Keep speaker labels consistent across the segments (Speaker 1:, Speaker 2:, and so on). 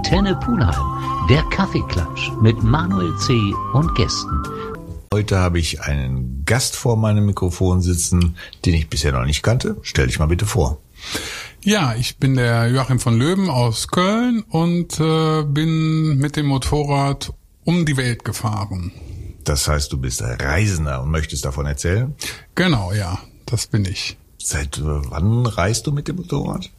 Speaker 1: Antenne Pulheim, der Kaffeeklatsch mit Manuel C. und Gästen.
Speaker 2: Heute habe ich einen Gast vor meinem Mikrofon sitzen, den ich bisher noch nicht kannte. Stell dich mal bitte vor.
Speaker 3: Ja, ich bin der Joachim von Löwen aus Köln und bin mit dem Motorrad um die Welt gefahren.
Speaker 2: Das heißt, du bist Reisender und möchtest davon erzählen?
Speaker 3: Genau, ja, das bin ich.
Speaker 2: Seit wann reist du mit dem Motorrad?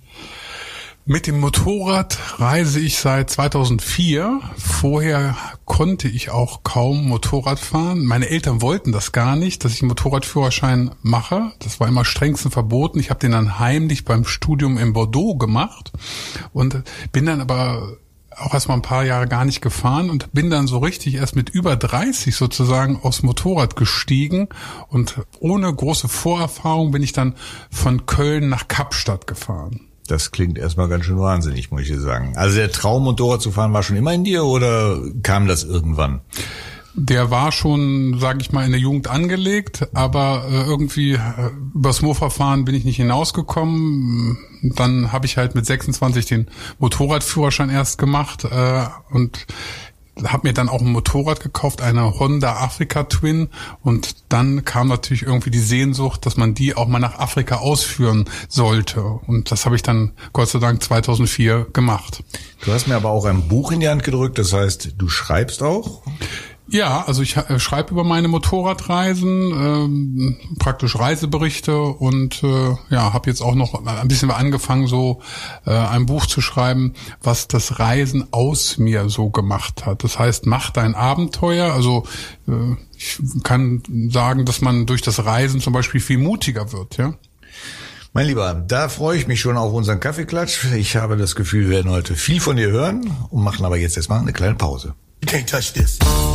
Speaker 3: Mit dem Motorrad reise ich seit 2004. Vorher konnte ich auch kaum Motorrad fahren. Meine Eltern wollten das gar nicht, dass ich einen Motorradführerschein mache. Das war immer strengstens verboten. Ich habe den dann heimlich beim Studium in Bordeaux gemacht und bin dann aber auch erst mal ein paar Jahre gar nicht gefahren und bin dann so richtig erst mit über 30 sozusagen aufs Motorrad gestiegen und ohne große Vorerfahrung bin ich dann von Köln nach Kapstadt gefahren.
Speaker 2: Das klingt erstmal ganz schön wahnsinnig, muss ich sagen. Also der Traum, Motorrad zu fahren, war schon immer in dir oder kam das irgendwann?
Speaker 3: Der war schon, sage ich mal, in der Jugend angelegt, aber irgendwie übers Mofa-Fahren bin ich nicht hinausgekommen. Dann habe ich halt mit 26 den Motorradführerschein erst gemacht und habe mir dann auch ein Motorrad gekauft, eine Honda Africa Twin, und dann kam natürlich irgendwie die Sehnsucht, dass man die auch mal nach Afrika ausführen sollte, und das habe ich dann Gott sei Dank 2004 gemacht.
Speaker 2: Du hast mir aber auch ein Buch in die Hand gedrückt, das heißt, du schreibst auch?
Speaker 3: Ja, also ich schreibe über meine Motorradreisen, praktisch Reiseberichte und habe jetzt auch noch ein bisschen angefangen, so ein Buch zu schreiben, was das Reisen aus mir so gemacht hat. Das heißt, mach dein Abenteuer. Also ich kann sagen, dass man durch das Reisen zum Beispiel viel mutiger wird, ja.
Speaker 2: Mein Lieber, da freue ich mich schon auf unseren Kaffeeklatsch. Ich habe das Gefühl, wir werden heute viel von dir hören und machen aber jetzt erstmal eine kleine Pause. You can't touch this.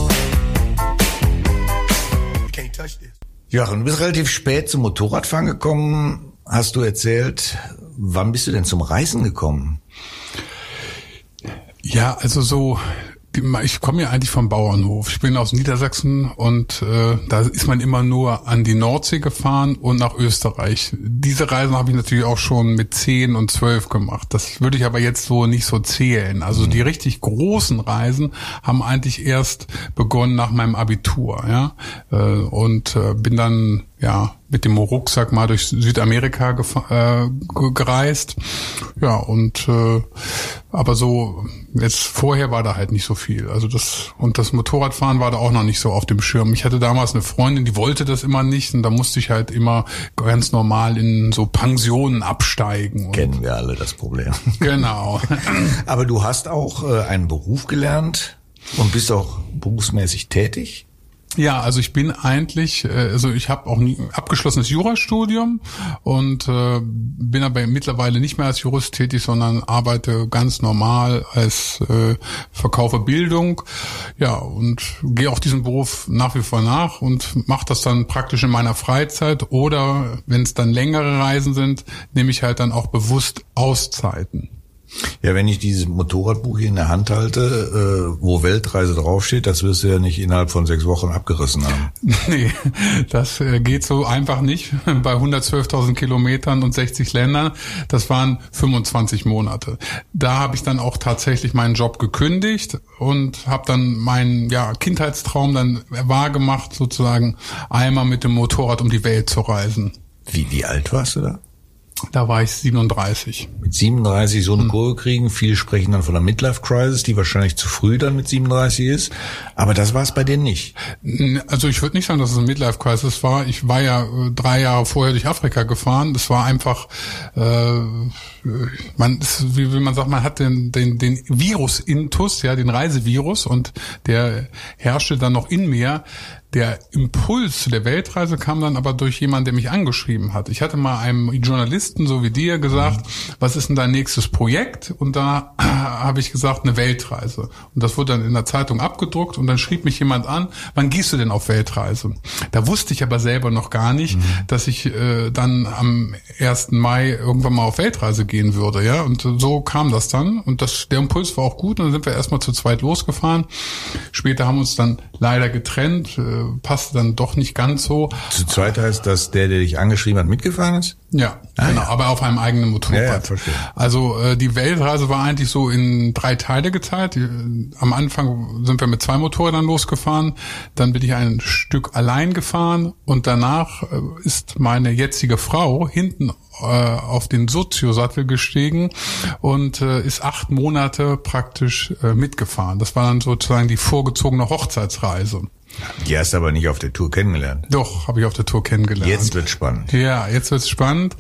Speaker 2: Joachim, du bist relativ spät zum Motorradfahren gekommen, hast du erzählt. Wann bist du denn zum Reisen gekommen?
Speaker 3: Ja, also so, ich komme ja eigentlich vom Bauernhof. Ich bin aus Niedersachsen und da ist man immer nur an die Nordsee gefahren und nach Österreich. Diese Reisen habe ich natürlich auch schon mit 10 und 12 gemacht. Das würde ich aber jetzt so nicht so zählen. Also die richtig großen Reisen haben eigentlich erst begonnen nach meinem Abitur, ja. Und bin dann mit dem Rucksack mal durch Südamerika gereist. Ja, und aber so jetzt vorher war da halt nicht so viel. Also das Motorradfahren war da auch noch nicht so auf dem Schirm. Ich hatte damals eine Freundin, die wollte das immer nicht, und da musste ich halt immer ganz normal in so Pensionen absteigen.
Speaker 2: Kennen wir alle das Problem.
Speaker 3: Genau.
Speaker 2: Aber du hast auch einen Beruf gelernt und bist auch berufsmäßig tätig?
Speaker 3: Ja, also ich bin eigentlich, ich habe auch ein abgeschlossenes Jurastudium und bin aber mittlerweile nicht mehr als Jurist tätig, sondern arbeite ganz normal als verkaufe Bildung, ja, und gehe auch diesem Beruf nach wie vor nach und mache das dann praktisch in meiner Freizeit, oder wenn es dann längere Reisen sind, nehme ich halt dann auch bewusst Auszeiten.
Speaker 2: Ja, wenn ich dieses Motorradbuch hier in der Hand halte, wo Weltreise draufsteht, das wirst du ja nicht innerhalb von 6 Wochen abgerissen haben.
Speaker 3: Nee, das geht so einfach nicht. Bei 112.000 Kilometern und 60 Ländern, das waren 25 Monate. Da habe ich dann auch tatsächlich meinen Job gekündigt und habe dann meinen Kindheitstraum dann wahrgemacht, sozusagen einmal mit dem Motorrad um die Welt zu reisen.
Speaker 2: Wie alt warst du da?
Speaker 3: Da war ich 37.
Speaker 2: Mit 37 so eine Kurve kriegen. Viele sprechen dann von einer Midlife-Crisis, die wahrscheinlich zu früh dann mit 37 ist. Aber das war es bei denen nicht.
Speaker 3: Also ich würde nicht sagen, dass es eine Midlife-Crisis war. Ich war ja 3 Jahre vorher durch Afrika gefahren. Das war einfach, man sagt, man hat den Virus-Intus, ja, den Reisevirus, und der herrschte dann noch in mir. Der Impuls zu der Weltreise kam dann aber durch jemanden, der mich angeschrieben hat. Ich hatte mal einem Journalisten, so wie dir, gesagt, was ist denn dein nächstes Projekt? Und da habe ich gesagt, eine Weltreise. Und das wurde dann in der Zeitung abgedruckt, und dann schrieb mich jemand an, wann gehst du denn auf Weltreise? Da wusste ich aber selber noch gar nicht, dass ich dann am 1. Mai irgendwann mal auf Weltreise gehen würde, ja. Und so kam das dann. Und der Impuls war auch gut, und dann sind wir erstmal zu zweit losgefahren. Später haben wir uns dann leider getrennt, passte dann doch nicht ganz so.
Speaker 2: Zu zweit heißt, dass der dich angeschrieben hat, mitgefahren ist?
Speaker 3: Ja.
Speaker 2: Ah,
Speaker 3: Genau, aber auf einem eigenen Motorrad.
Speaker 2: Ja, verstehe.
Speaker 3: Also die Weltreise war eigentlich so in 3 Teile geteilt. Am Anfang sind wir mit 2 Motorrädern losgefahren, dann bin ich ein Stück allein gefahren und danach ist meine jetzige Frau hinten auf den Sozio-Sattel gestiegen und ist 8 Monate praktisch mitgefahren. Das war dann sozusagen die vorgezogene Hochzeitsreise.
Speaker 2: Die hast du aber nicht auf der Tour kennengelernt.
Speaker 3: Doch, habe ich auf der Tour kennengelernt.
Speaker 2: Jetzt wird's spannend.
Speaker 3: Ja, jetzt wird's spannend.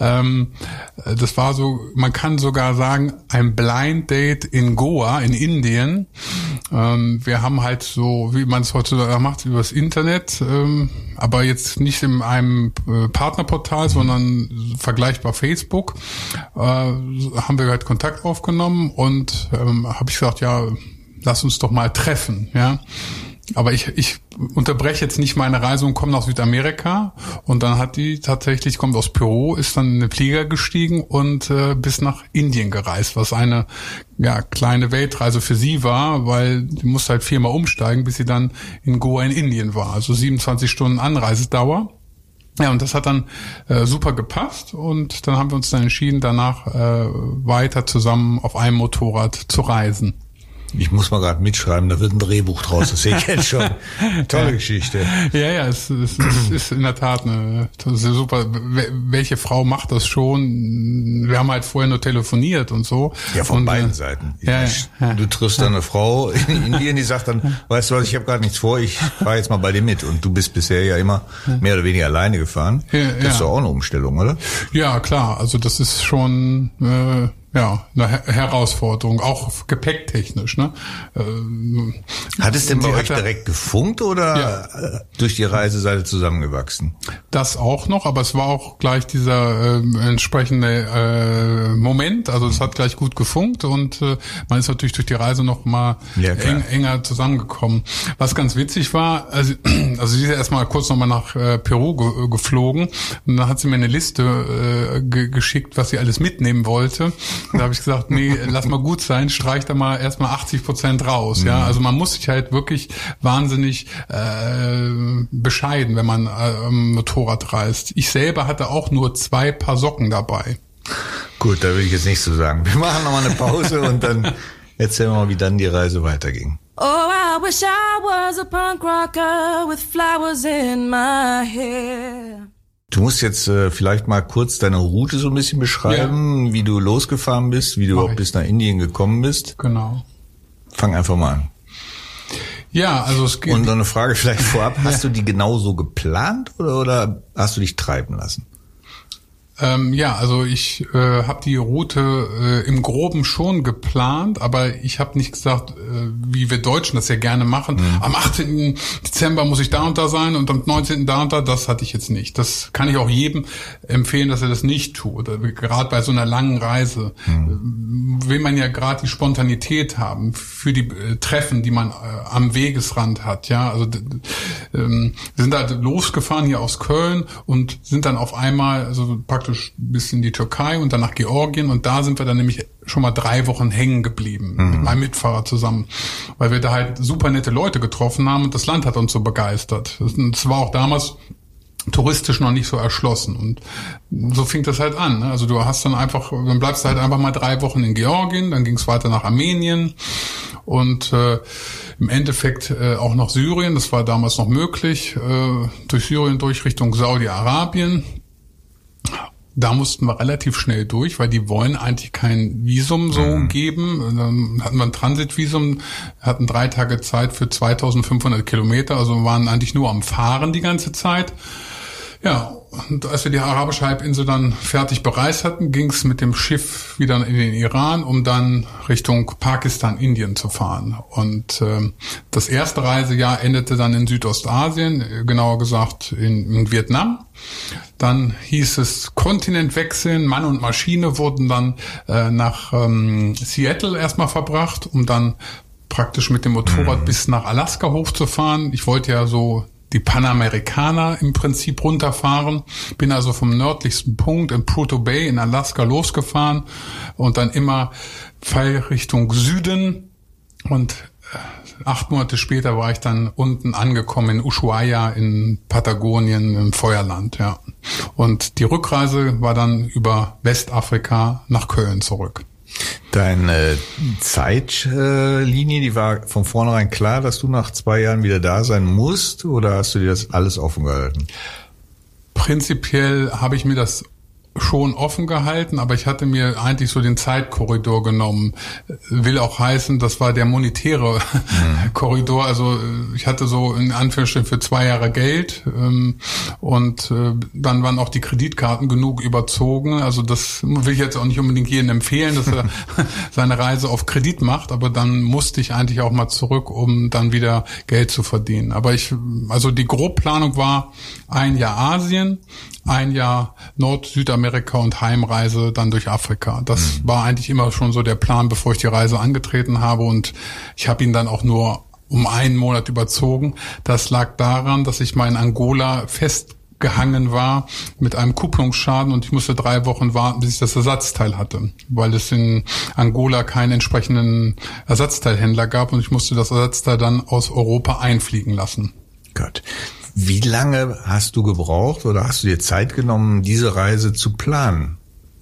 Speaker 3: Das war so, man kann sogar sagen, ein Blind Date in Goa, in Indien. Wir haben halt so, wie man es heutzutage macht, übers Internet, aber jetzt nicht in einem Partnerportal, sondern vergleichbar Facebook, haben wir halt Kontakt aufgenommen und habe ich gesagt, ja, lass uns doch mal treffen, ja. Aber ich unterbreche jetzt nicht meine Reise und komme nach Südamerika. Und dann hat die tatsächlich, kommt aus Peru, ist dann in den Flieger gestiegen und bis nach Indien gereist, was eine kleine Weltreise für sie war, weil die musste halt 4-mal umsteigen, bis sie dann in Goa in Indien war. Also 27 Stunden Anreisedauer. Ja, und das hat dann super gepasst und dann haben wir uns dann entschieden, danach weiter zusammen auf einem Motorrad zu reisen.
Speaker 2: Ich muss mal gerade mitschreiben, da wird ein Drehbuch draus, das sehe ich jetzt schon. Tolle Geschichte.
Speaker 3: Ja, es ist in der Tat das ist super. Welche Frau macht das schon? Wir haben halt vorher nur telefoniert und so.
Speaker 2: Ja, von beiden Seiten.
Speaker 3: Ja.
Speaker 2: Du triffst dann eine Frau in Indien, die sagt dann, weißt du was, ich habe gerade nichts vor, ich fahre jetzt mal bei dir mit. Und du bist bisher ja immer mehr oder weniger alleine gefahren. Das ist doch auch eine Umstellung, oder?
Speaker 3: Ja, klar. Also das ist schon eine Herausforderung, auch gepäcktechnisch, ne?
Speaker 2: Hat es denn bei euch direkt gefunkt oder durch die Reise seid ihr zusammengewachsen?
Speaker 3: Das auch noch, aber es war auch gleich dieser entsprechende Moment, also es hat gleich gut gefunkt und man ist natürlich durch die Reise noch mal enger zusammengekommen. Was ganz witzig war, also sie ist erstmal kurz noch mal nach Peru geflogen und dann hat sie mir eine Liste geschickt, was sie alles mitnehmen wollte. Da habe ich gesagt, nee, lass mal gut sein, streich da mal erstmal 80% raus. Ja, also man muss sich halt wirklich wahnsinnig bescheiden, wenn man Motorrad reist. Ich selber hatte auch nur 2 Paar Socken dabei.
Speaker 2: Gut, da will ich jetzt nichts zu sagen. Wir machen nochmal eine Pause und dann erzählen wir mal, wie dann die Reise weiterging.
Speaker 4: Oh, I wish I was a punk rocker with flowers in my hair.
Speaker 2: Du musst jetzt vielleicht mal kurz deine Route so ein bisschen beschreiben, wie du losgefahren bist, wie du überhaupt bis nach Indien gekommen bist.
Speaker 3: Genau.
Speaker 2: Fang einfach mal an.
Speaker 3: Ja, also es geht.
Speaker 2: Und noch eine Frage vielleicht vorab, hast du die genauso geplant oder hast du dich treiben lassen?
Speaker 3: Also ich habe die Route im Groben schon geplant, aber ich habe nicht gesagt, wie wir Deutschen das ja gerne machen. Am 18. Dezember muss ich da und da sein und am 19. da und da. Das hatte ich jetzt nicht. Das kann ich auch jedem empfehlen, dass er das nicht tut. Gerade bei so einer langen Reise will man ja gerade die Spontanität haben für die Treffen, die man am Wegesrand hat. Ja, also wir sind da losgefahren hier aus Köln und sind dann auf einmal, also praktisch bis in die Türkei und dann nach Georgien und da sind wir dann nämlich schon mal 3 Wochen hängen geblieben mit meinem Mitfahrer zusammen, weil wir da halt super nette Leute getroffen haben und das Land hat uns so begeistert. Das war auch damals touristisch noch nicht so erschlossen und so fing das halt an. Also du hast dann bleibst du halt einfach mal 3 Wochen in Georgien, dann ging es weiter nach Armenien und im Endeffekt auch nach Syrien, das war damals noch möglich, durch Syrien durch Richtung Saudi-Arabien. Da mussten wir relativ schnell durch, weil die wollen eigentlich kein Visum so geben. Dann hatten wir ein Transitvisum, hatten 3 Tage Zeit für 2500 Kilometer, also waren eigentlich nur am Fahren die ganze Zeit. Ja, und als wir die arabische Halbinsel dann fertig bereist hatten, ging es mit dem Schiff wieder in den Iran, um dann Richtung Pakistan, Indien zu fahren. Und das erste Reisejahr endete dann in Südostasien, genauer gesagt in Vietnam. Dann hieß es Kontinent wechseln, Mann und Maschine wurden dann nach Seattle erstmal verbracht, um dann praktisch mit dem Motorrad bis nach Alaska hochzufahren. Ich wollte ja so die Panamerikaner im Prinzip runterfahren. Bin also vom nördlichsten Punkt in Prudhoe Bay in Alaska losgefahren und dann immer Pfeil Richtung Süden und 8 Monate später war ich dann unten angekommen in Ushuaia in Patagonien im Feuerland, ja. Und die Rückreise war dann über Westafrika nach Köln zurück.
Speaker 2: Deine Zeitlinie, die war von vornherein klar, dass du nach 2 Jahren wieder da sein musst, oder hast du dir das alles offen gehalten?
Speaker 3: Prinzipiell habe ich mir das schon offen gehalten, aber ich hatte mir eigentlich so den Zeitkorridor genommen. Will auch heißen, das war der monetäre Korridor. Also ich hatte so in Anführungsstrichen für 2 Jahre Geld und dann waren auch die Kreditkarten genug überzogen. Also das will ich jetzt auch nicht unbedingt jedem empfehlen, dass er seine Reise auf Kredit macht, aber dann musste ich eigentlich auch mal zurück, um dann wieder Geld zu verdienen. Aber also die Grobplanung war 1 Jahr Asien, 1 Jahr Südamerika und Heimreise dann durch Afrika. Das war eigentlich immer schon so der Plan, bevor ich die Reise angetreten habe, und ich habe ihn dann auch nur um 1 Monat überzogen. Das lag daran, dass ich mal in Angola festgehangen war mit einem Kupplungsschaden und ich musste 3 Wochen warten, bis ich das Ersatzteil hatte, weil es in Angola keinen entsprechenden Ersatzteilhändler gab und ich musste das Ersatzteil dann aus Europa einfliegen lassen.
Speaker 2: Gott. Wie lange hast du gebraucht oder hast du dir Zeit genommen, diese Reise zu planen?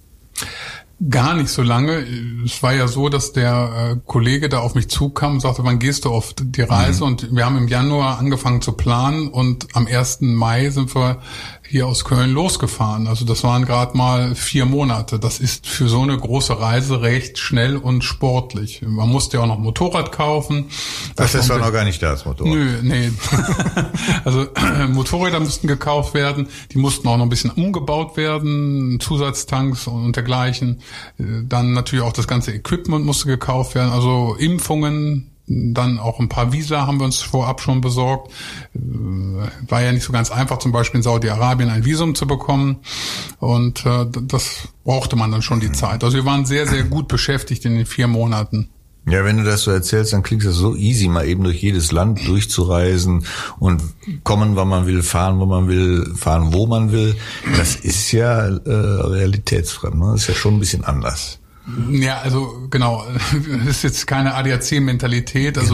Speaker 3: Gar nicht so lange. Es war ja so, dass der Kollege da auf mich zukam und sagte, wann gehst du auf die Reise? Und wir haben im Januar angefangen zu planen und am 1. Mai sind wir hier aus Köln losgefahren. Also das waren gerade mal 4 Monate. Das ist für so eine große Reise recht schnell und sportlich. Man musste ja auch noch Motorrad kaufen.
Speaker 2: Das war noch gar nicht da, das Motorrad.
Speaker 3: Nee. Also Motorräder mussten gekauft werden. Die mussten auch noch ein bisschen umgebaut werden. Zusatztanks und dergleichen. Dann natürlich auch das ganze Equipment musste gekauft werden. Also Impfungen. Dann auch ein paar Visa haben wir uns vorab schon besorgt. War ja nicht so ganz einfach, zum Beispiel in Saudi-Arabien ein Visum zu bekommen. Und das brauchte man dann schon die Zeit. Also wir waren sehr, sehr gut beschäftigt in den 4 Monaten.
Speaker 2: Ja, wenn du das so erzählst, dann klingt das so easy, mal eben durch jedes Land durchzureisen und kommen, wann man will, fahren, wo man will, fahren, wo man will. Das ist ja realitätsfremd, ne? Das ist ja schon ein bisschen anders.
Speaker 3: Ja, also genau, das ist jetzt keine ADAC-Mentalität, also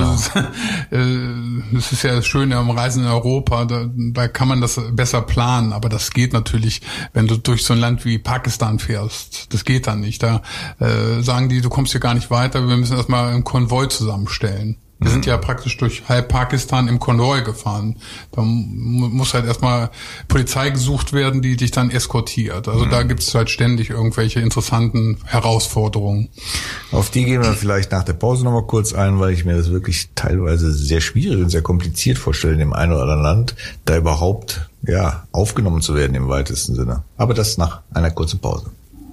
Speaker 3: es ist ja das Schöne am Reisen in Europa, da kann man das besser planen, aber das geht natürlich, wenn du durch so ein Land wie Pakistan fährst, das geht dann nicht, da sagen die, du kommst hier gar nicht weiter, wir müssen erstmal einen Konvoi zusammenstellen. Wir sind ja praktisch durch halb Pakistan im Konvoi gefahren. Da muss halt erstmal Polizei gesucht werden, die dich dann eskortiert. Also da gibt es halt ständig irgendwelche interessanten Herausforderungen.
Speaker 2: Auf die gehen wir vielleicht nach der Pause nochmal kurz ein, weil ich mir das wirklich teilweise sehr schwierig und sehr kompliziert vorstelle, in dem einen oder anderen Land, da überhaupt aufgenommen zu werden im weitesten Sinne. Aber das nach einer kurzen Pause.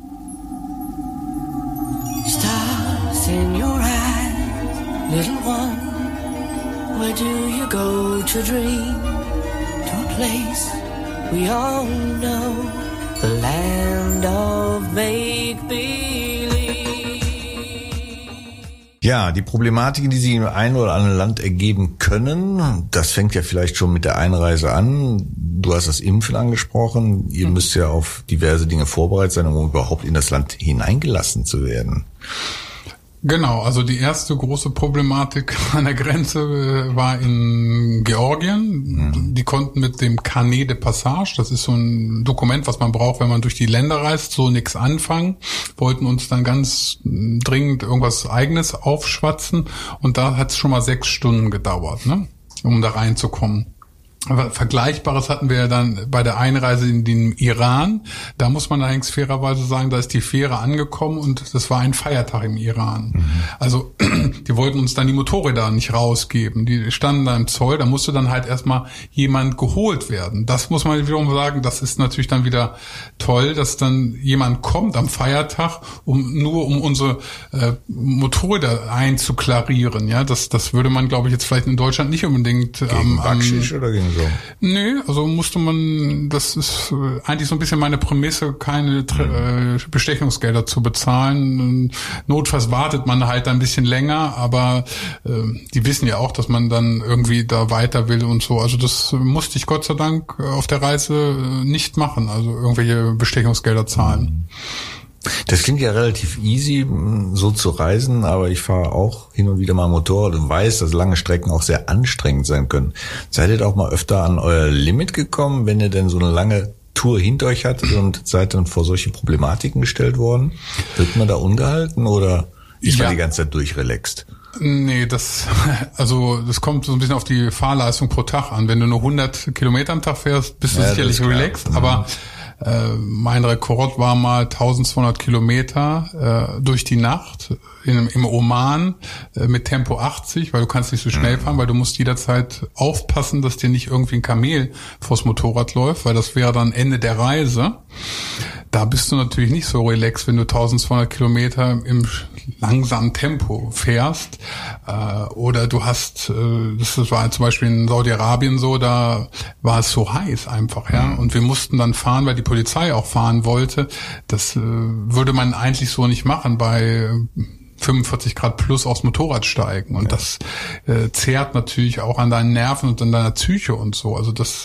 Speaker 5: Stars in your eyes, little one, where do you go to dream? To a place we all know, the land of make-believe.
Speaker 2: Ja, die Problematiken, die sich im einen oder anderen Land ergeben können, das fängt ja vielleicht schon mit der Einreise an. Du hast das Impfen angesprochen. Ihr müsst ja auf diverse Dinge vorbereitet sein, um überhaupt in das Land hineingelassen zu werden.
Speaker 3: Genau, also die erste große Problematik an der Grenze war in Georgien. Die konnten mit dem Carnet de Passage, das ist so ein Dokument, was man braucht, wenn man durch die Länder reist, so nichts anfangen. Wollten uns dann ganz dringend irgendwas Eigenes aufschwatzen und da hat es schon mal 6 Stunden gedauert, ne, um da reinzukommen. Aber Vergleichbares hatten wir ja dann bei der Einreise in den Iran. Da muss man allerdings fairerweise sagen, da ist die Fähre angekommen und das war ein Feiertag im Iran. Also die wollten uns dann die Motorräder nicht rausgeben. Die standen da im Zoll, da musste dann halt erstmal jemand geholt werden. Das muss man wiederum sagen, das ist natürlich dann wieder toll, dass dann jemand kommt am Feiertag, um unsere Motorräder einzuklarieren. Ja, das würde man, glaube ich, jetzt vielleicht in Deutschland nicht unbedingt
Speaker 2: gegen Backschisch oder gegen so?
Speaker 3: Nee, also musste man, das ist eigentlich so ein bisschen meine Prämisse, keine Bestechungsgelder zu bezahlen. Notfalls wartet man halt ein bisschen länger, aber die wissen ja auch, dass man dann irgendwie da weiter will und so. Also das musste ich Gott sei Dank auf der Reise nicht machen, also irgendwelche Bestechungsgelder zahlen.
Speaker 2: Das klingt ja relativ easy, so zu reisen, aber ich fahre auch hin und wieder mal Motorrad und weiß, dass lange Strecken auch sehr anstrengend sein können. Seid ihr da auch mal öfter an euer Limit gekommen, wenn ihr denn so eine lange Tour hinter euch hattet und seid dann vor solche Problematiken gestellt worden? Wird man da ungehalten oder ist man die ganze Zeit durchrelaxt?
Speaker 3: Nee, das kommt so ein bisschen auf die Fahrleistung pro Tag an. Wenn du nur 100 Kilometer am Tag fährst, bist du sicherlich relaxed, aber mein Rekord war mal 1200 Kilometer durch die Nacht im Oman mit Tempo 80, weil du kannst nicht so schnell fahren, weil du musst jederzeit aufpassen, dass dir nicht irgendwie ein Kamel vors Motorrad läuft, weil das wäre dann Ende der Reise. Da bist du natürlich nicht so relaxed, wenn du 1200 Kilometer im langsamen Tempo fährst. Oder du hast, das war zum Beispiel in Saudi-Arabien so, da war es so heiß einfach, ja. Und wir mussten dann fahren, weil die Polizei auch fahren wollte. Das würde man eigentlich so nicht machen bei 45 Grad plus aufs Motorrad steigen. Und das zehrt natürlich auch an deinen Nerven und an deiner Psyche und so. Also das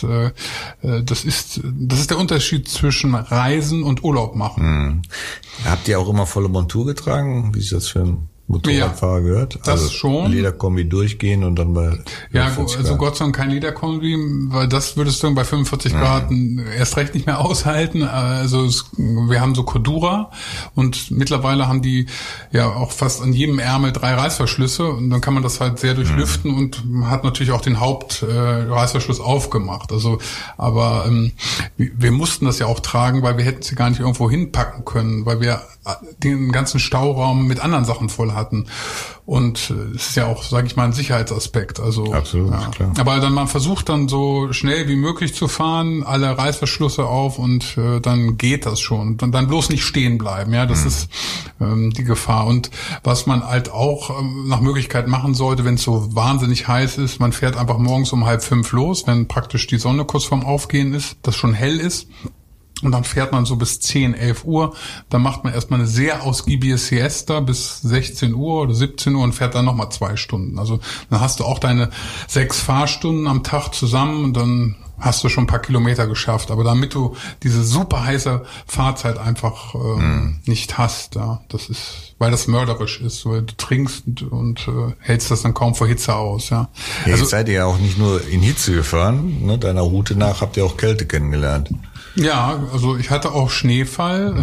Speaker 3: ist der Unterschied zwischen Reisen und Urlaub machen.
Speaker 2: Habt ihr auch immer volle Montur getragen? Wie ist das für ein Motorradfahrer gehört?
Speaker 3: Das also schon.
Speaker 2: Lederkombi durchgehen und dann bei
Speaker 3: also Gott sei Dank kein Lederkombi, weil das würdest du dann bei 45 Grad erst recht nicht mehr aushalten. Also wir haben so Cordura und mittlerweile haben die ja auch fast an jedem Ärmel 3 Reißverschlüsse und dann kann man das halt sehr durchlüften und hat natürlich auch den Hauptreißverschluss aufgemacht. Also, aber wir mussten das ja auch tragen, weil wir hätten sie gar nicht irgendwo hinpacken können, weil wir den ganzen Stauraum mit anderen Sachen voll hatten. Und es ist ja auch, sage ich mal, ein Sicherheitsaspekt. Also
Speaker 2: absolut, klar.
Speaker 3: Aber dann man versucht dann so schnell wie möglich zu fahren, alle Reißverschlüsse auf und dann geht das schon. Und dann bloß nicht stehen bleiben. Ja, das ist die Gefahr. Und was man halt auch nach Möglichkeit machen sollte, wenn es so wahnsinnig heiß ist, man fährt einfach morgens um 4:30 los, wenn praktisch die Sonne kurz vorm Aufgehen ist, das schon hell ist. Und dann fährt man so bis 10, 11 Uhr. Dann macht man erstmal eine sehr ausgiebige Siesta bis 16 Uhr oder 17 Uhr und fährt dann nochmal 2 Stunden. Also dann hast du auch deine 6 Fahrstunden am Tag zusammen und dann hast du schon ein paar Kilometer geschafft. Aber damit du diese super heiße Fahrzeit einfach nicht hast, ja, das ist, weil das mörderisch ist. Weil du trinkst und hältst das dann kaum vor Hitze aus. Ja.
Speaker 2: Also jetzt seid ihr ja auch nicht nur in Hitze gefahren, ne? Deiner Route nach habt ihr auch Kälte kennengelernt.
Speaker 3: Ja, also ich hatte auch Schneefall.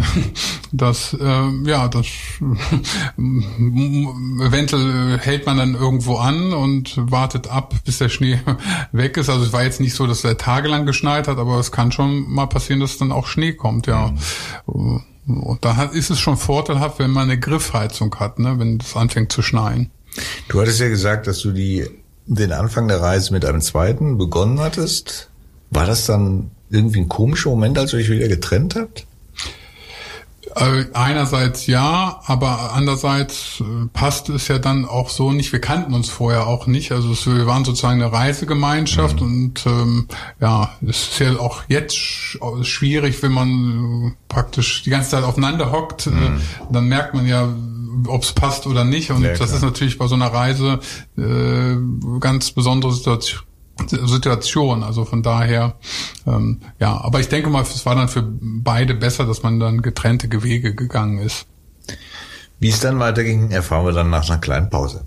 Speaker 3: Eventuell hält man dann irgendwo an und wartet ab, bis der Schnee weg ist. Also es war jetzt nicht so, dass er tagelang geschneit hat, aber es kann schon mal passieren, dass dann auch Schnee kommt, ja. Und da ist es schon vorteilhaft, wenn man eine Griffheizung hat, ne, wenn es anfängt zu schneien.
Speaker 2: Du hattest ja gesagt, dass du den Anfang der Reise mit einem zweiten begonnen hattest. War das dann irgendwie ein komischer Moment, als ihr euch wieder getrennt habt?
Speaker 3: Einerseits ja, aber andererseits passte es ja dann auch so nicht. Wir kannten uns vorher auch nicht. Also wir waren sozusagen eine Reisegemeinschaft und es ist ja auch jetzt schwierig, wenn man praktisch die ganze Zeit aufeinander hockt. Dann merkt man ja, ob es passt oder nicht. Und das ist natürlich bei so einer Reise ganz besondere Situation, also von daher, aber ich denke mal, es war dann für beide besser, dass man dann getrennte Wege gegangen ist.
Speaker 2: Wie es dann weiterging, erfahren wir dann nach einer kleinen Pause.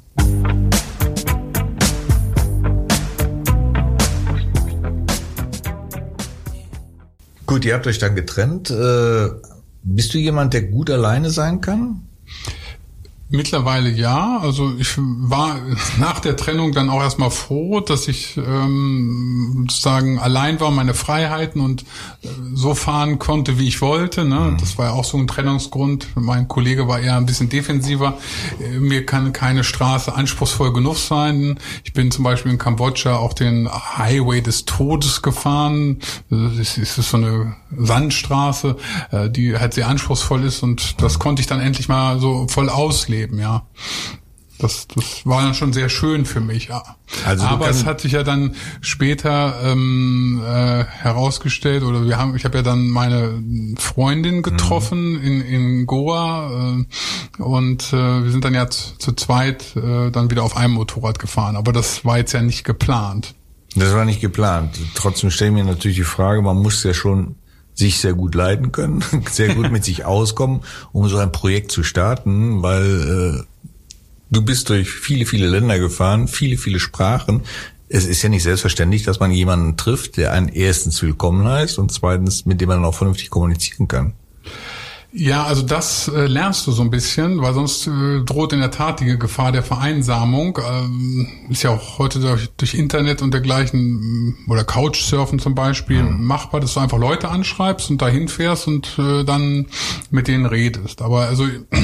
Speaker 2: Gut, ihr habt euch dann getrennt. Bist du jemand, der gut alleine sein kann?
Speaker 3: Mittlerweile ja, also ich war nach der Trennung dann auch erstmal froh, dass ich sozusagen allein war, meine Freiheiten und so fahren konnte, wie ich wollte. Ne? Das war ja auch so ein Trennungsgrund. Mein Kollege war eher ein bisschen defensiver. Mir kann keine Straße anspruchsvoll genug sein. Ich bin zum Beispiel in Kambodscha auch den Highway des Todes gefahren. Es ist so eine Sandstraße, die halt sehr anspruchsvoll ist und das konnte ich dann endlich mal so voll ausleben. Ja, das war dann schon sehr schön für mich. Ja. Also aber es hat sich ja dann später herausgestellt, oder ich habe ja dann meine Freundin getroffen in Goa und wir sind dann ja zu zweit dann wieder auf einem Motorrad gefahren. Aber das war jetzt ja nicht geplant.
Speaker 2: Das war nicht geplant. Trotzdem stelle ich mir natürlich die Frage, man muss ja schon sich sehr gut leiden können, sehr gut mit sich auskommen, um so ein Projekt zu starten, weil du bist durch viele, viele Länder gefahren, viele, viele Sprachen. Es ist ja nicht selbstverständlich, dass man jemanden trifft, der einen erstens willkommen heißt und zweitens, mit dem man auch vernünftig kommunizieren kann.
Speaker 3: Ja, also das lernst du so ein bisschen, weil sonst droht in der Tat die Gefahr der Vereinsamung. Ist ja auch heute durch Internet und dergleichen oder Couchsurfen zum Beispiel machbar, dass du einfach Leute anschreibst und dahin fährst und dann mit denen redest. Aber also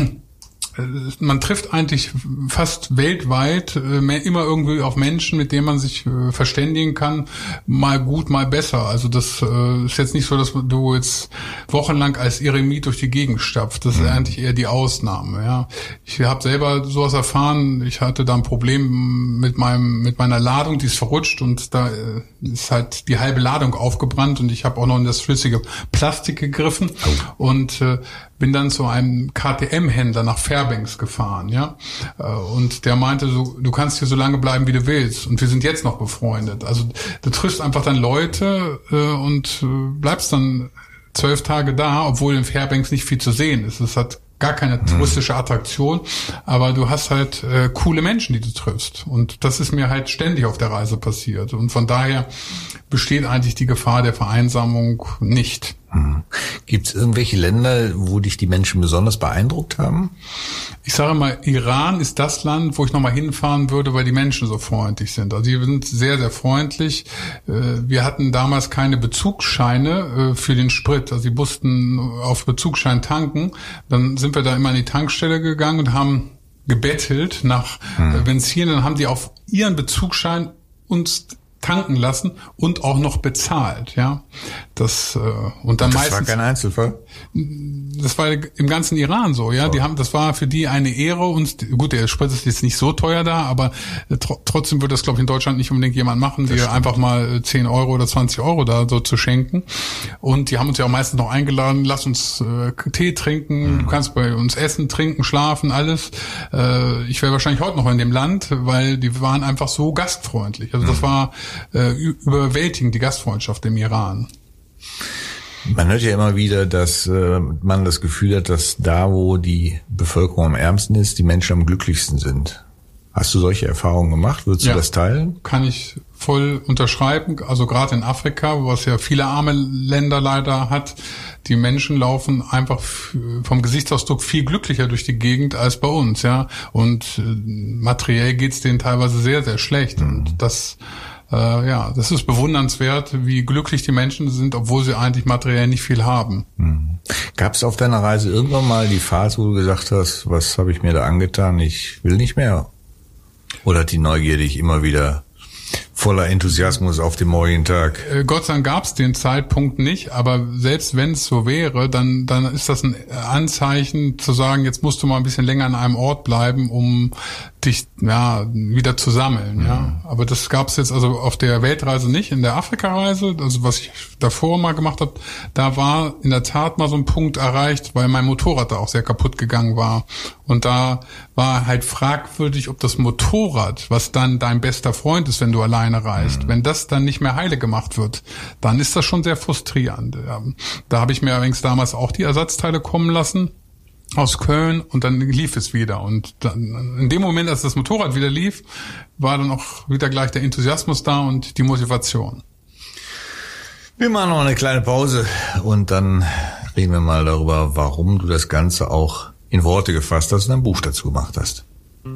Speaker 3: man trifft eigentlich fast weltweit immer irgendwie auf Menschen, mit denen man sich verständigen kann, mal gut, mal besser. Also das ist jetzt nicht so, dass du jetzt wochenlang als Eremit durch die Gegend stapfst. Das ist eigentlich eher die Ausnahme. Ja, ich habe selber sowas erfahren. Ich hatte da ein Problem mit meiner Ladung, die ist verrutscht und da ist halt die halbe Ladung aufgebrannt und ich habe auch noch in das flüssige Plastik gegriffen und bin dann zu einem KTM-Händler nach Fairbanks gefahren, ja. Und der meinte so, du kannst hier so lange bleiben, wie du willst. Und wir sind jetzt noch befreundet. Also du triffst einfach dann Leute und bleibst dann 12 Tage da, obwohl in Fairbanks nicht viel zu sehen ist. Es hat gar keine touristische Attraktion, aber du hast halt coole Menschen, die du triffst. Und das ist mir halt ständig auf der Reise passiert. Und von daher besteht eigentlich die Gefahr der Vereinsamung nicht.
Speaker 2: Gibt es irgendwelche Länder, wo dich die Menschen besonders beeindruckt haben?
Speaker 3: Ich sage mal, Iran ist das Land, wo ich nochmal hinfahren würde, weil die Menschen so freundlich sind. Also die sind sehr, sehr freundlich. Wir hatten damals keine Bezugsscheine für den Sprit. Also die mussten auf Bezugsschein tanken. Dann sind wir da immer an die Tankstelle gegangen und haben gebettelt nach Benzin. Dann haben die auf ihren Bezugsschein uns tanken lassen und auch noch bezahlt, ja. Das und dann meistens.
Speaker 2: Das war kein Einzelfall.
Speaker 3: Das war im ganzen Iran so, ja. Die haben, das war für die eine Ehre und gut, der Sprit ist jetzt nicht so teuer da, aber trotzdem würde das, glaube ich, in Deutschland nicht unbedingt jemand machen, dir einfach mal 10 Euro oder 20 Euro da so zu schenken. Und die haben uns ja auch meistens noch eingeladen, lass uns Tee trinken, du kannst bei uns essen, trinken, schlafen, alles. Ich wäre wahrscheinlich heute noch in dem Land, weil die waren einfach so gastfreundlich. Also das war überwältigend, die Gastfreundschaft im Iran.
Speaker 2: Man hört ja immer wieder, dass man das Gefühl hat, dass da, wo die Bevölkerung am ärmsten ist, die Menschen am glücklichsten sind. Hast du solche Erfahrungen gemacht? Würdest du das teilen?
Speaker 3: Kann ich voll unterschreiben. Also gerade in Afrika, was ja viele arme Länder leider hat, die Menschen laufen einfach vom Gesichtsausdruck viel glücklicher durch die Gegend als bei uns, ja. Und materiell geht's denen teilweise sehr, sehr schlecht. Und das das ist bewundernswert, wie glücklich die Menschen sind, obwohl sie eigentlich materiell nicht viel haben.
Speaker 2: Gab es auf deiner Reise irgendwann mal die Phase, wo du gesagt hast, was habe ich mir da angetan, ich will nicht mehr? Oder hat die Neugier dich immer wieder voller Enthusiasmus auf den morgigen Tag?
Speaker 3: Gott sei Dank gab es den Zeitpunkt nicht, aber selbst wenn es so wäre, dann ist das ein Anzeichen zu sagen, jetzt musst du mal ein bisschen länger an einem Ort bleiben, um dich wieder zu sammeln. Ja, aber das gab es jetzt also auf der Weltreise nicht. In der Afrikareise, also was ich davor mal gemacht habe, da war in der Tat mal so ein Punkt erreicht, weil mein Motorrad da auch sehr kaputt gegangen war. Und da war halt fragwürdig, ob das Motorrad, was dann dein bester Freund ist, wenn du alleine reist, wenn das dann nicht mehr heile gemacht wird, dann ist das schon sehr frustrierend. Da habe ich mir allerdings damals auch die Ersatzteile kommen lassen aus Köln und dann lief es wieder. Und dann, in dem Moment, als das Motorrad wieder lief, war dann auch wieder gleich der Enthusiasmus da und die Motivation.
Speaker 2: Wir machen noch eine kleine Pause und dann reden wir mal darüber, warum du das Ganze auch in Worte gefasst hast und ein Buch dazu gemacht hast.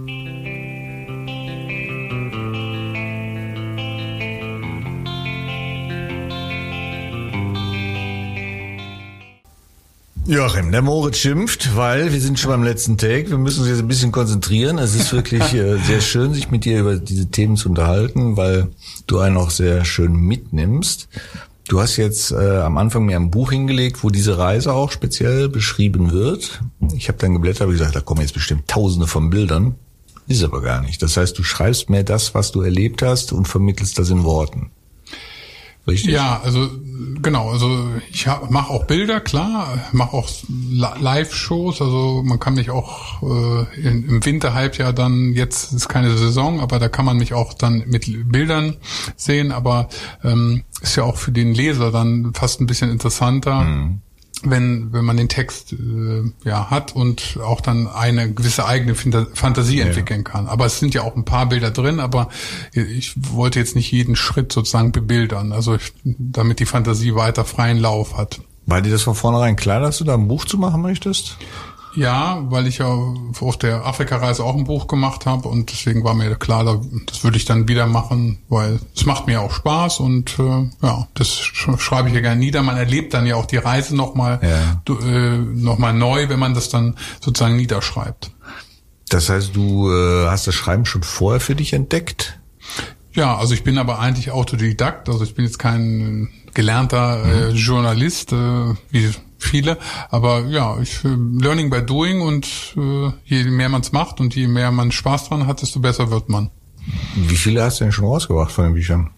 Speaker 2: Joachim, der Moritz schimpft, weil wir sind schon beim letzten Take. Wir müssen uns jetzt ein bisschen konzentrieren. Es ist wirklich sehr schön, sich mit dir über diese Themen zu unterhalten, weil du einen auch sehr schön mitnimmst. Du hast jetzt am Anfang mir ein Buch hingelegt, wo diese Reise auch speziell beschrieben wird. Ich habe dann geblättert und gesagt, da kommen jetzt bestimmt Tausende von Bildern. Ist aber gar nicht. Das heißt, du schreibst mehr das, was du erlebt hast und vermittelst das in Worten. richtig?
Speaker 3: Ja, also genau, also ich mache auch Bilder, klar, mache auch Live-Shows, also man kann mich auch im Winterhalbjahr dann, jetzt ist keine Saison, aber da kann man mich auch dann mit Bildern sehen, aber ist ja auch für den Leser dann fast ein bisschen interessanter. Wenn man den Text hat und auch dann eine gewisse eigene Fantasie entwickeln kann. Aber es sind ja auch ein paar Bilder drin, aber ich wollte jetzt nicht jeden Schritt sozusagen bebildern, also damit die Fantasie weiter freien Lauf hat.
Speaker 2: War dir das von vornherein klar, dass du da ein Buch zu machen möchtest?
Speaker 3: Ja, weil ich ja auf der Afrika-Reise auch ein Buch gemacht habe und deswegen war mir klar, das würde ich dann wieder machen, weil es macht mir auch Spaß und das schreibe ich ja gerne nieder. Man erlebt dann ja auch die Reise nochmal neu, wenn man das dann sozusagen niederschreibt.
Speaker 2: Das heißt, du hast das Schreiben schon vorher für dich entdeckt?
Speaker 3: Ja, also ich bin aber eigentlich Autodidakt, also ich bin jetzt kein gelernter Journalist, wie viele, aber ja, Learning by Doing und je mehr man es macht und je mehr man Spaß dran hat, desto besser wird man.
Speaker 2: Wie viele hast du denn schon rausgebracht von den Büchern?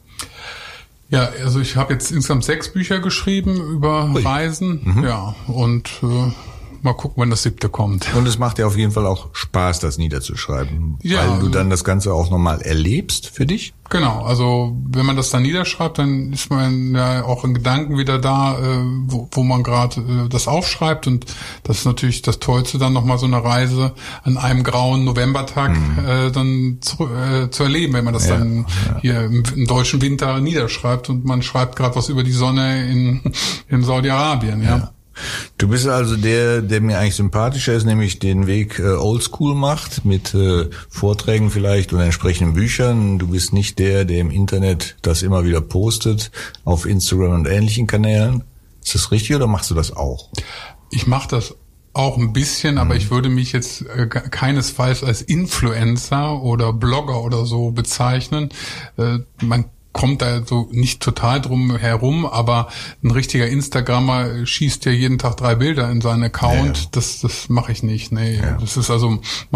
Speaker 3: Ja, also ich habe jetzt insgesamt 6 Bücher geschrieben über Reisen, und mal gucken, wann das 7. kommt.
Speaker 2: Und es macht dir auf jeden Fall auch Spaß, das niederzuschreiben, weil du dann das Ganze auch nochmal erlebst für dich?
Speaker 3: Genau, also wenn man das dann niederschreibt, dann ist man ja auch in Gedanken wieder da, wo man gerade das aufschreibt und das ist natürlich das Tollste, dann nochmal so eine Reise an einem grauen Novembertag dann zu erleben, wenn man das dann hier im deutschen Winter niederschreibt und man schreibt gerade was über die Sonne in Saudi-Arabien, ja.
Speaker 2: Du bist also der mir eigentlich sympathischer ist, nämlich den Weg oldschool macht, mit Vorträgen vielleicht und entsprechenden Büchern. Du bist nicht der im Internet das immer wieder postet, auf Instagram und ähnlichen Kanälen. Ist das richtig oder machst du das auch?
Speaker 3: Ich mache das auch ein bisschen, aber ich würde mich jetzt keinesfalls als Influencer oder Blogger oder so bezeichnen. Man kommt da so nicht total drum herum, aber ein richtiger Instagrammer schießt ja jeden Tag 3 Bilder in seinen Account. Ja. Das mache ich nicht. Nee, das ist also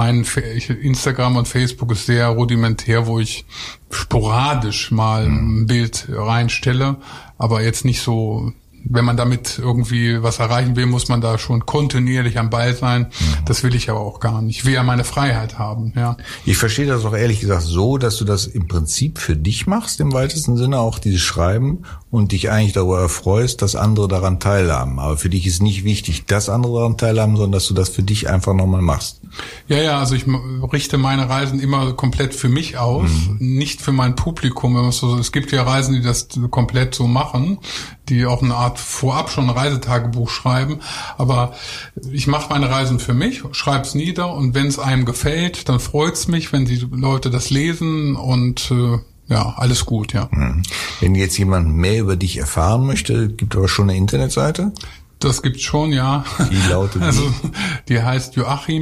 Speaker 3: Instagram und Facebook ist sehr rudimentär, wo ich sporadisch mal ein Bild reinstelle, aber jetzt nicht so. Wenn man damit irgendwie was erreichen will, muss man da schon kontinuierlich am Ball sein. Das will ich aber auch gar nicht. Ich will ja meine Freiheit haben, ja.
Speaker 2: Ich verstehe das auch ehrlich gesagt so, dass du das im Prinzip für dich machst, im weitesten Sinne, auch dieses Schreiben und dich eigentlich darüber erfreust, dass andere daran teilhaben. Aber für dich ist nicht wichtig, dass andere daran teilhaben, sondern dass du das für dich einfach nochmal machst.
Speaker 3: Ja, also ich richte meine Reisen immer komplett für mich aus, nicht für mein Publikum. Es gibt ja Reisen, die das komplett so machen, die auch eine Art vorab schon ein Reisetagebuch schreiben. Aber ich mache meine Reisen für mich, schreibe es nieder und wenn es einem gefällt, dann freut's mich, wenn die Leute das lesen und alles gut, ja.
Speaker 2: Wenn jetzt jemand mehr über dich erfahren möchte, gibt aber schon eine Internetseite?
Speaker 3: Das gibt's schon, ja.
Speaker 2: Wie lautet die?
Speaker 3: Also, die heißt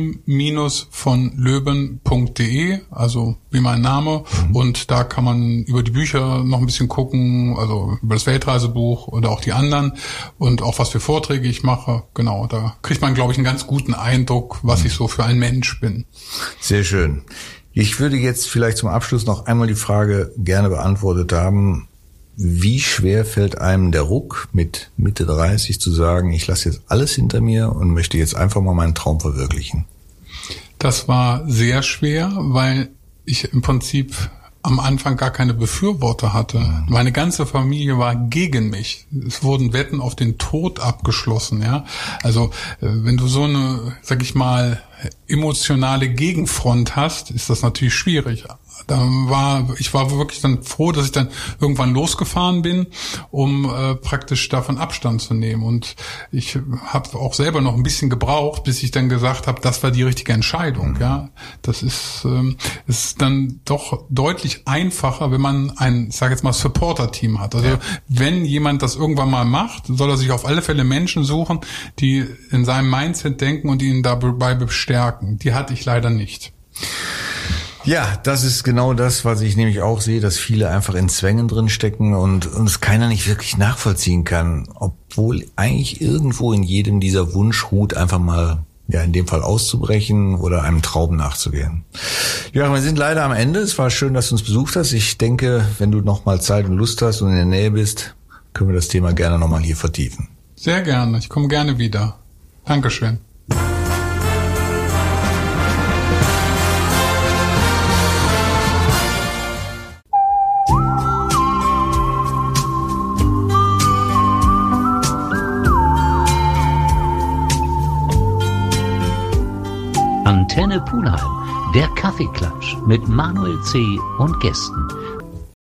Speaker 3: joachim-von-löben.de, also wie mein Name. Und da kann man über die Bücher noch ein bisschen gucken, also über das Weltreisebuch oder auch die anderen und auch was für Vorträge ich mache. Genau, da kriegt man, glaube ich, einen ganz guten Eindruck, was ich so für ein Mensch bin.
Speaker 2: Sehr schön. Ich würde jetzt vielleicht zum Abschluss noch einmal die Frage gerne beantwortet haben, wie schwer fällt einem der Ruck mit Mitte 30 zu sagen, ich lasse jetzt alles hinter mir und möchte jetzt einfach mal meinen Traum verwirklichen?
Speaker 3: Das war sehr schwer, weil ich im Prinzip am Anfang gar keine Befürworter hatte. Meine ganze Familie war gegen mich. Es wurden Wetten auf den Tod abgeschlossen, ja. Also, wenn du so eine, sag ich mal, emotionale Gegenfront hast, ist das natürlich schwierig. Ich war wirklich dann froh, dass ich dann irgendwann losgefahren bin, um praktisch davon Abstand zu nehmen. Und ich habe auch selber noch ein bisschen gebraucht, bis ich dann gesagt habe, das war die richtige Entscheidung. Ja, das ist dann doch deutlich einfacher, wenn man ein, ich sage jetzt mal, Supporter-Team hat. Also wenn jemand das irgendwann mal macht, soll er sich auf alle Fälle Menschen suchen, die in seinem Mindset denken und ihn dabei bestärken. Die hatte ich leider nicht.
Speaker 2: Ja, das ist genau das, was ich nämlich auch sehe, dass viele einfach in Zwängen drin stecken und es keiner nicht wirklich nachvollziehen kann, obwohl eigentlich irgendwo in jedem dieser Wunsch ruht, einfach mal, ja, in dem Fall auszubrechen oder einem Traum nachzugehen. Ja, wir sind leider am Ende. Es war schön, dass du uns besucht hast. Ich denke, wenn du noch mal Zeit und Lust hast und in der Nähe bist, können wir das Thema gerne nochmal hier vertiefen.
Speaker 3: Sehr gerne. Ich komme gerne wieder. Dankeschön.
Speaker 1: Antenne Pulheim, der Kaffeeklatsch mit Manuel C. und Gästen.